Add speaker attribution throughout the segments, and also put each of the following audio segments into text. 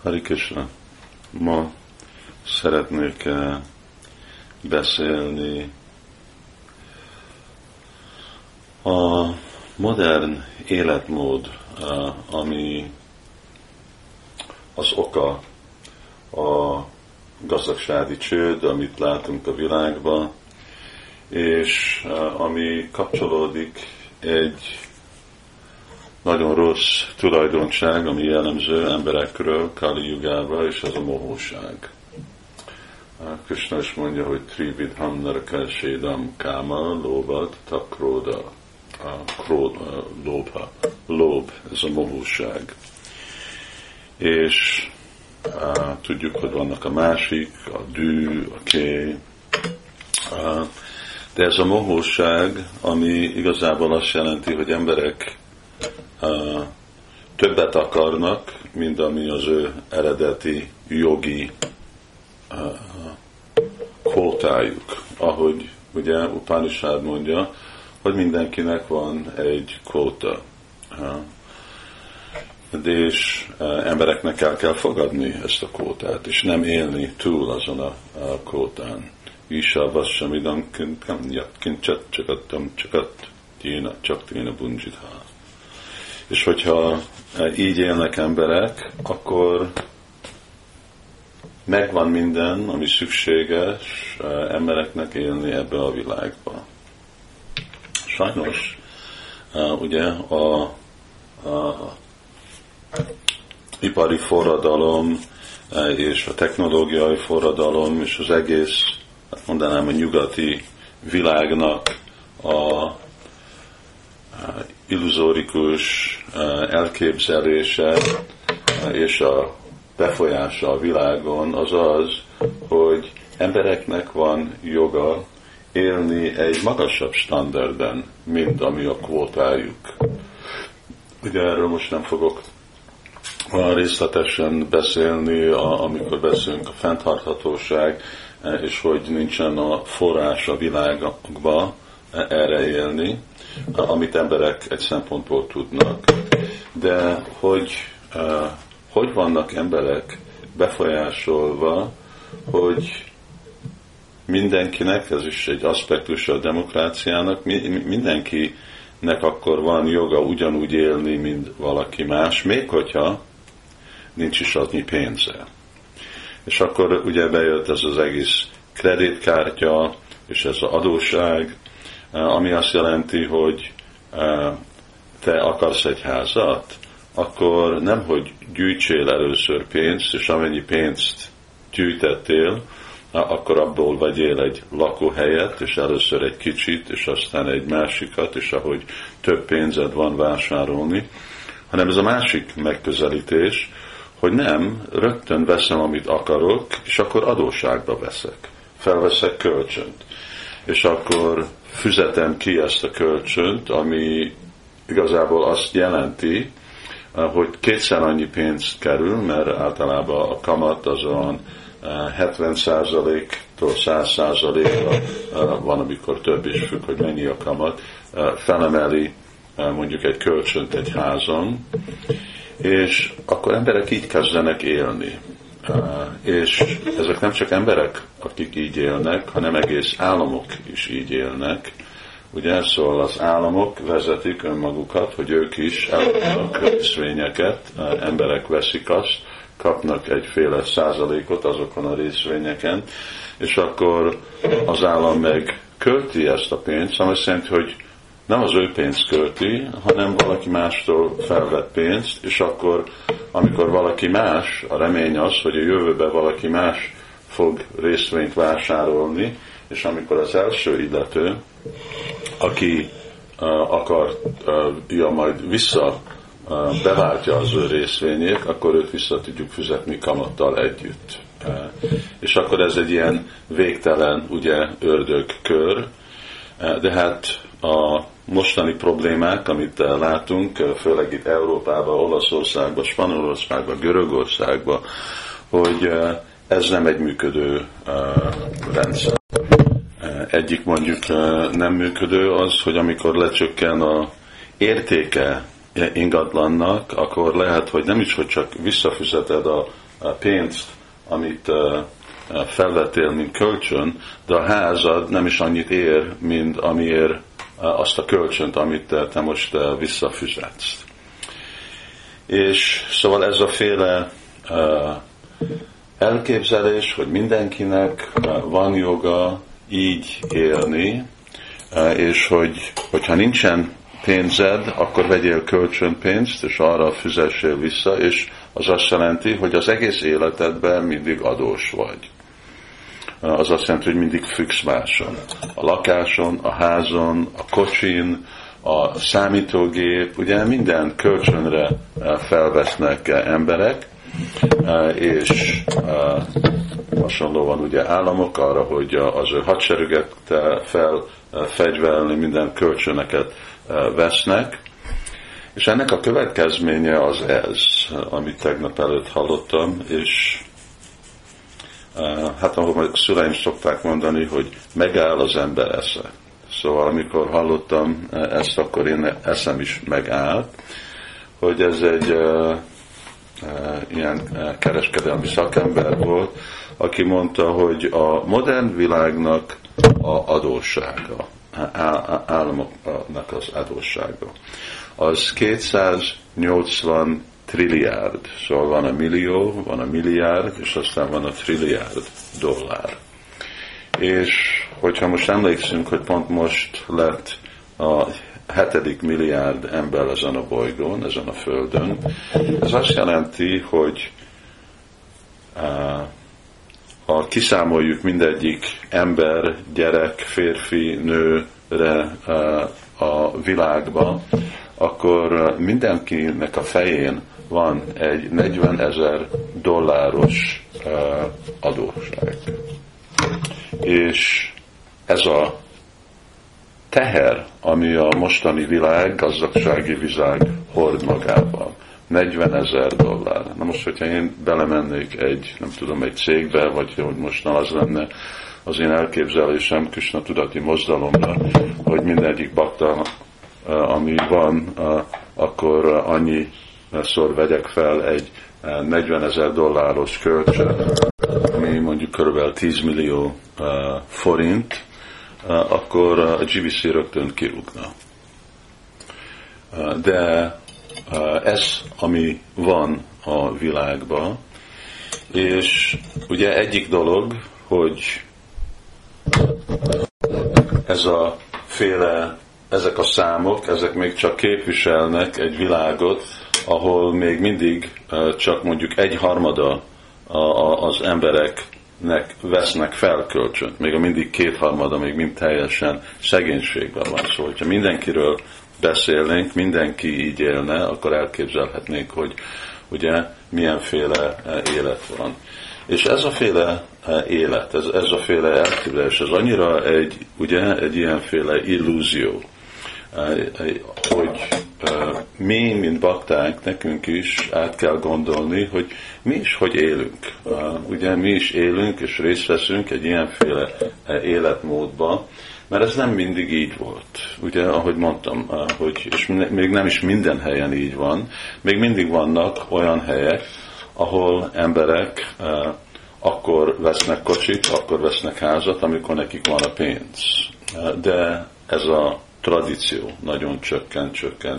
Speaker 1: Hari Krishna. Ma szeretnék beszélni a modern életmód, ami az oka a gazdagsági csőd, amit látunk a világban, és ami kapcsolódik egy nagyon rossz tulajdonság, ami jellemző emberekről Kali Jugában, és az a mohóság. Krishna is mondja, hogy Trividham Naraka Sédam Káma Lóbad Takróda. Lób, ez a mohóság. És tudjuk, hogy vannak a másik, a dű, a ké. De ez a mohóság, ami igazából azt jelenti, hogy emberek többet akarnak, mint ami az ő eredeti jogi kvótájuk. Ahogy ugye Upanishad mondja, hogy mindenkinek van egy kvóta. És embereknek el kell fogadni ezt a kvótát, és nem élni túl azon a kvótán. Isa vassamidam kincsat csakat téna csak téna bunjitha. És hogyha így élnek emberek, akkor megvan minden, ami szükséges embereknek élni ebbe a világba. Sajnos ugye a ipari forradalom és a technológiai forradalom és az egész, mondanám, a nyugati világnak a illuzórikus elképzelése és a befolyása a világon az az, hogy embereknek van joga élni egy magasabb standardben, mint ami a kvótájuk. Ugye erről most nem fogok részletesen beszélni, amikor beszélünk a fenntarthatóság, és hogy nincsen a forrás a világba erre élni, amit emberek egy szempontból tudnak. De hogy vannak emberek befolyásolva, hogy mindenkinek, ez is egy aspektus a demokráciának, mindenkinek akkor van joga ugyanúgy élni, mint valaki más, még hogyha nincs is annyi pénze. És akkor ugye bejött ez az egész kreditkártya, és ez az adósság, ami azt jelenti, hogy te akarsz egy házat, akkor nemhogy gyűjtsél először pénzt, és amennyi pénzt gyűjtettél, akkor abból vegyél egy lakóhelyet, és először egy kicsit, és aztán egy másikat, és ahogy több pénzed van vásárolni, hanem ez a másik megközelítés, hogy nem, rögtön veszem, amit akarok, és akkor adósságba veszek. Felveszek kölcsönt. És akkor fizetem ki ezt a kölcsönt, ami igazából azt jelenti, hogy kétszer annyi pénzt kerül, mert általában a kamat az olyan 70%-tól 100%-ra van, amikor több is függ, hogy mennyi a kamat, felemeli mondjuk egy kölcsönt egy házon, és akkor emberek így kezdenek élni. És ezek nem csak emberek, akik így élnek, hanem egész államok is így élnek. Ugye, szóval az államok vezetik önmagukat, hogy ők is elkapnak részvényeket, emberek veszik azt, kapnak egyféle százalékot azokon a részvényeken, és akkor az állam meg költi ezt a pénzt, ami azt jelenti, hogy nem az ő pénzt költi, hanem valaki mástól felvett pénzt, és akkor, amikor valaki más, a remény az, hogy a jövőben valaki más fog részvényt vásárolni, és amikor az első illető, aki akarja majd vissza beváltja az ő részvényét, akkor őt vissza tudjuk fizetni kamattal együtt. És akkor ez egy ilyen végtelen, ugye, ördögkör, de hát a mostani problémák, amit látunk, főleg itt Európában, Olaszországban, Spanyolországban, Görögországban, hogy ez nem egy működő rendszer. Egyik mondjuk nem működő az, hogy amikor lecsökken a értéke ingatlannak, akkor lehet, hogy nem is, hogy csak visszafizeted a pénzt, amit felvettél, mint kölcsön, de a házad nem is annyit ér, mint amiért azt a kölcsönt, amit te most visszafizetsz. És szóval ez a féle elképzelés, hogy mindenkinek van joga így élni, és hogyha nincsen pénzed, akkor vegyél kölcsönpénzt, és arra fizessél vissza, és az azt jelenti, hogy az egész életedben mindig adós vagy. Az azt jelenti, hogy mindig függsz máson. A lakáson, a házon, a kocsin, a számítógép, ugye minden kölcsönre felvesznek emberek, és hasonlóan ugye államok arra, hogy az ő hadsereget felfegyverelni, minden kölcsönöket vesznek, és ennek a következménye az ez, amit tegnap előtt hallottam, és hát ahol a szüleim szokták mondani, hogy megáll az ember esze. Szóval amikor hallottam ezt, akkor én eszem is megállt, hogy ez egy ilyen kereskedelmi szakember volt, aki mondta, hogy a modern világnak a adóssága, államoknak az adóssága, az 280 trilliárd, szóval van a millió, van a milliárd, és aztán van a trilliárd dollár. És hogyha most emlékszünk, hogy pont most lett a 7. milliárd ember ezen a bolygón, ezen a Földön, ez azt jelenti, hogy ha kiszámoljuk mindegyik ember, gyerek, férfi, nőre a világban, akkor mindenkinek a fején van egy 40 000 dolláros adósság. És ez a teher, ami a mostani világ, gazdagsági világ hord magában. 40 000 dollár. Na most, hogyha én belemennék egy cégbe, vagy hogy most az lenne az én elképzelésem Krishna tudati mozdalomra, hogy mindegyik bakta, ami van, akkor annyiszor vegyek fel egy 40 000 dolláros kölcsön, ami mondjuk kb. 10 millió forint, akkor a GBC rögtön kirúgna. De ez, ami van a világban, és ugye egyik dolog, hogy ezek a számok, ezek még csak képviselnek egy világot, ahol még mindig csak mondjuk 1/3 az embereknek vesznek fel kölcsönt, még a mindig 2/3 még mind teljesen szegénységben van. Szóval, hogyha mindenkiről beszélnénk, mindenki így élne, akkor elképzelhetnénk, hogy ugye milyenféle élet van. És ez a féle élet, ez a féle elképzelés, ez annyira egy ilyenféle illúzió, hogy mi, mint bakták, nekünk is át kell gondolni, hogy mi is hogy élünk. Ugye mi is élünk és részt veszünk egy ilyenféle életmódba, mert ez nem mindig így volt. Ugye, ahogy mondtam, és még nem is minden helyen így van, még mindig vannak olyan helyek, ahol emberek akkor vesznek kocsit, akkor vesznek házat, amikor nekik van a pénz. De ez a tradíció nagyon csökken.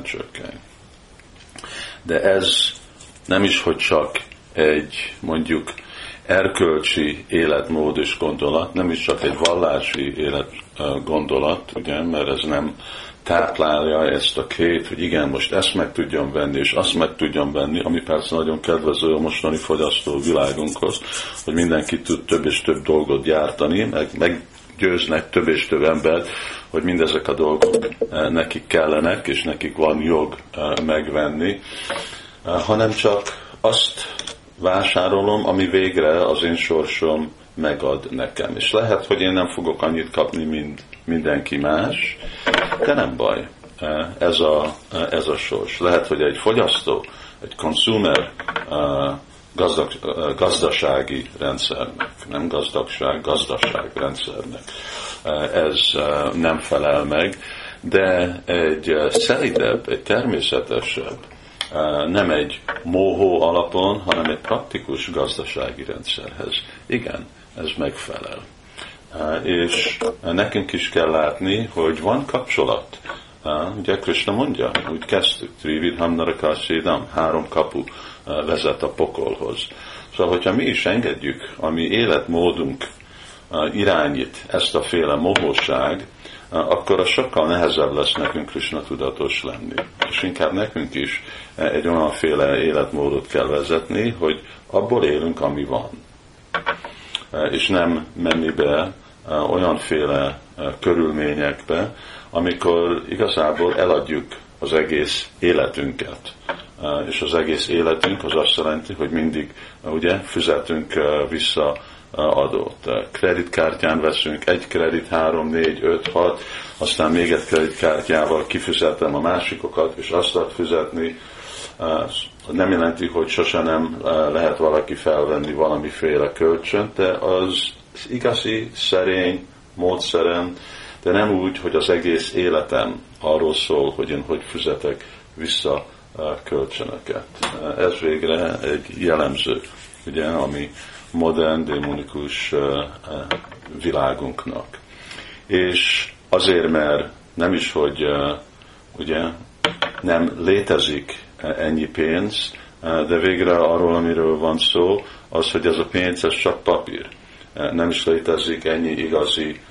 Speaker 1: De ez nem is, hogy csak egy mondjuk erkölcsi életmód és gondolat, nem is csak egy vallási életgondolat, ugye, mert ez nem táplálja ezt a két, hogy igen, most ezt meg tudjam venni, és azt meg tudjam venni, ami persze nagyon kedvező a mostani fogyasztó világunkhoz, hogy mindenki tud több és több dolgot gyártani, meggyőznek több és több embert, hogy mindezek a dolgok nekik kellenek, és nekik van jog megvenni, hanem csak azt vásárolom, ami végre az én sorsom megad nekem. És lehet, hogy én nem fogok annyit kapni, mint mindenki más, de nem baj. Ez a sors. Lehet, hogy egy fogyasztó, egy consumer gazdasági rendszernek, nem gazdagság, gazdaság rendszernek ez nem felel meg, de egy szelidebb, egy természetesebb, nem egy mohó alapon, hanem egy praktikus gazdasági rendszerhez. Igen, ez megfelel. És nekünk is kell látni, hogy van kapcsolat. Ugye Krishna mondja, úgy kezdtük, Trividham Narakasédam, 3 kapu vezet a pokolhoz. Szóval, hogyha mi is engedjük, a mi életmódunk irányít ezt a féle mohóság, akkor az sokkal nehezebb lesz nekünk Krishna tudatos lenni. És inkább nekünk is egy olyanféle életmódot kell vezetni, hogy abból élünk, ami van. És nem menni be olyanféle körülményekbe, amikor igazából eladjuk az egész életünket. És az egész életünk az azt jelenti, hogy mindig ugye, fizetünk vissza adót. Kreditkártyán veszünk, 1 kredit, 3, 4, 5, 6, aztán még egy kreditkártyával kifizetem a másikokat, és azt lehet fizetni. Nem jelenti, hogy sose nem lehet valaki felvenni valamiféle kölcsönt, de az igazi, szerény módszeren, de nem úgy, hogy az egész életem arról szól, hogy én hogy fizetek vissza kölcsönöket. Ez végre egy jellemző, ugye, ami modern, démonikus világunknak. És azért, mert nem is, hogy ugye nem létezik ennyi pénz, de végre arról, amiről van szó, az, hogy ez a pénz, ez csak papír. Nem is létezik ennyi igazi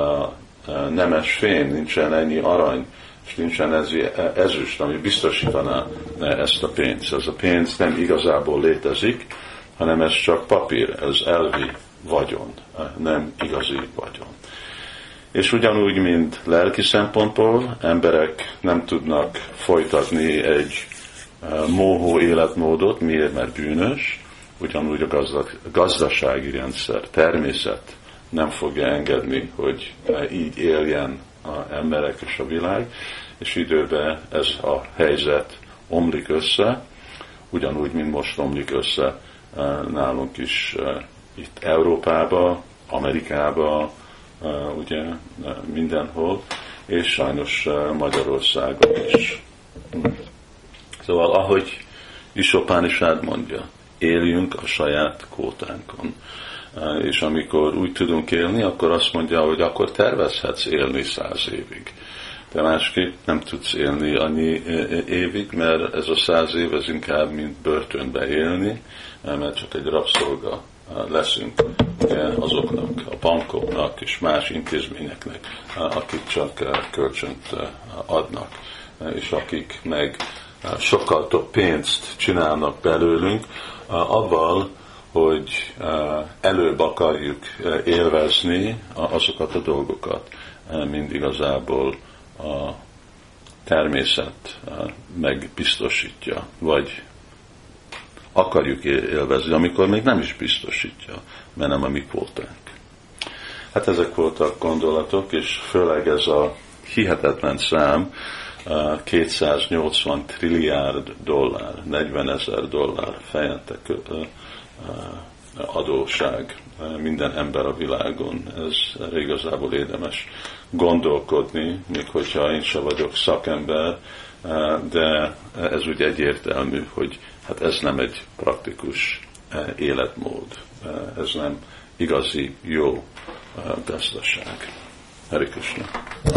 Speaker 1: nemes fém, nincsen ennyi arany, és nincsen ezüst, ami biztosítaná ezt a pénzt. Ez a pénz nem igazából létezik, hanem ez csak papír, ez elvi vagyon, nem igazi vagyon. És ugyanúgy, mint lelki szempontból, emberek nem tudnak folytatni egy mohó életmódot, miért? Mert bűnös, ugyanúgy a gazdasági rendszer, természet nem fogja engedni, hogy így éljen az emberek és a világ, és időben ez a helyzet omlik össze, ugyanúgy, mint most omlik össze nálunk is itt Európában, Amerikában, ugye mindenhol, és sajnos Magyarországon is. Szóval, ahogy Isopánisád mondja, éljünk a saját kótánkon. És amikor úgy tudunk élni, akkor azt mondja, hogy akkor tervezhetsz élni 100 évig. De másképp nem tudsz élni annyi évig, mert ez a 100 év ez inkább mint börtönbe élni, mert csak egy rabszolga leszünk azoknak, a bankoknak és más intézményeknek, akik csak kölcsönt adnak, és akik meg sokkal több pénzt csinálnak belőlünk, avval, hogy előbb akarjuk élvezni azokat a dolgokat, mint igazából a természet megbiztosítja, vagy akarjuk élvezni, amikor még nem is biztosítja, mert nem a mi kvótánk. Hát ezek voltak gondolatok, és főleg ez a hihetetlen szám, 280 trilliárd dollár, 40 000 dollár fejente adóság minden ember a világon. Ez igazából érdemes gondolkodni, még hogyha én sem vagyok szakember, de ez úgy egyértelmű, hogy hát ez nem egy praktikus életmód. Ez nem igazi jó gazdaság. Hare Krishna.